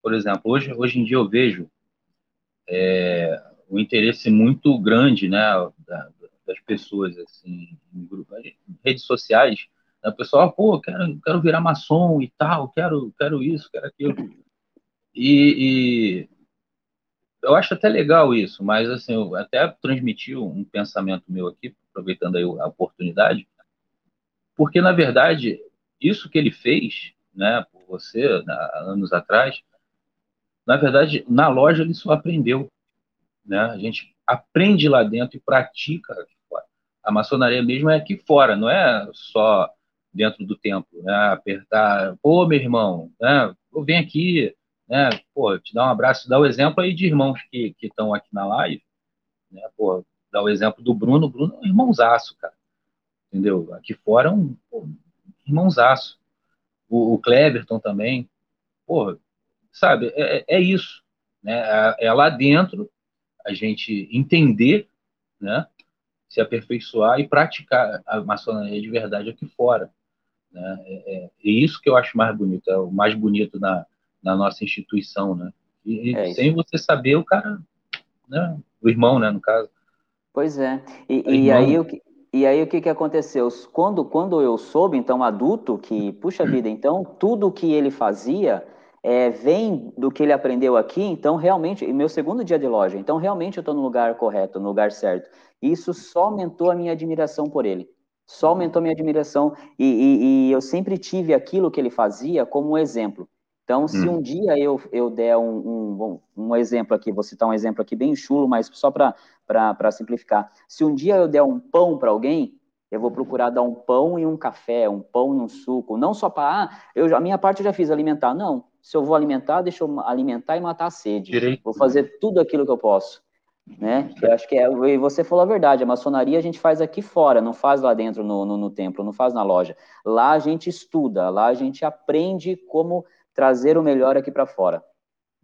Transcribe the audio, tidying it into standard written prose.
por exemplo, hoje em dia eu vejo o interesse muito grande, né, das pessoas, assim, em redes sociais, né, o pessoal, pô, quero virar maçom e tal, quero isso, quero aquilo. E eu acho até legal isso, mas assim, eu até transmiti um pensamento meu aqui, aproveitando aí a oportunidade, porque na verdade, isso que ele fez, né, por você, há anos atrás, na verdade, na loja ele só aprendeu, né? A gente aprende lá dentro e pratica aqui fora. A maçonaria mesmo é aqui fora, não é só dentro do templo, né? Apertar, pô, meu irmão, né? Pô, vem aqui, né? Pô, te dar um abraço, dá o exemplo aí de irmãos que estão aqui na live, né? Pô, dá o exemplo do Bruno, o Bruno é um irmãozaço, cara, entendeu? Aqui fora é um pô, irmãozaço. O Cleverton também, pô, sabe? É isso, né? É lá dentro a gente entender, né? Se aperfeiçoar e praticar a maçonaria de verdade aqui fora, né? E isso que eu acho mais bonito, é o mais bonito na nossa instituição, né? E É sem isso. você saber, o cara, né? O irmão, né? No caso, Pois é. é E aí, irmão. e aí o que que aconteceu? Quando eu soube, então, adulto, que, puxa vida, então, tudo que ele fazia vem do que ele aprendeu aqui, então, realmente, e meu segundo dia de loja, então, realmente eu estou no lugar correto, no lugar certo. Isso só aumentou a minha admiração por ele. Só aumentou a minha admiração. E eu sempre tive aquilo que ele fazia como um exemplo. Então, se um Hum. dia eu der um exemplo aqui, vou citar um exemplo aqui bem chulo, mas só para simplificar. Se um dia eu der um pão para alguém, eu vou procurar dar um pão e um café, um pão e um suco, não só para, a minha parte eu já fiz alimentar, não. Se eu vou alimentar, deixa eu alimentar e matar a sede. Direito. Vou fazer tudo aquilo que eu posso, né? Eu acho que e você falou a verdade, a maçonaria a gente faz aqui fora, não faz lá dentro no templo, não faz na loja. Lá a gente estuda, lá a gente aprende como trazer o melhor aqui para fora.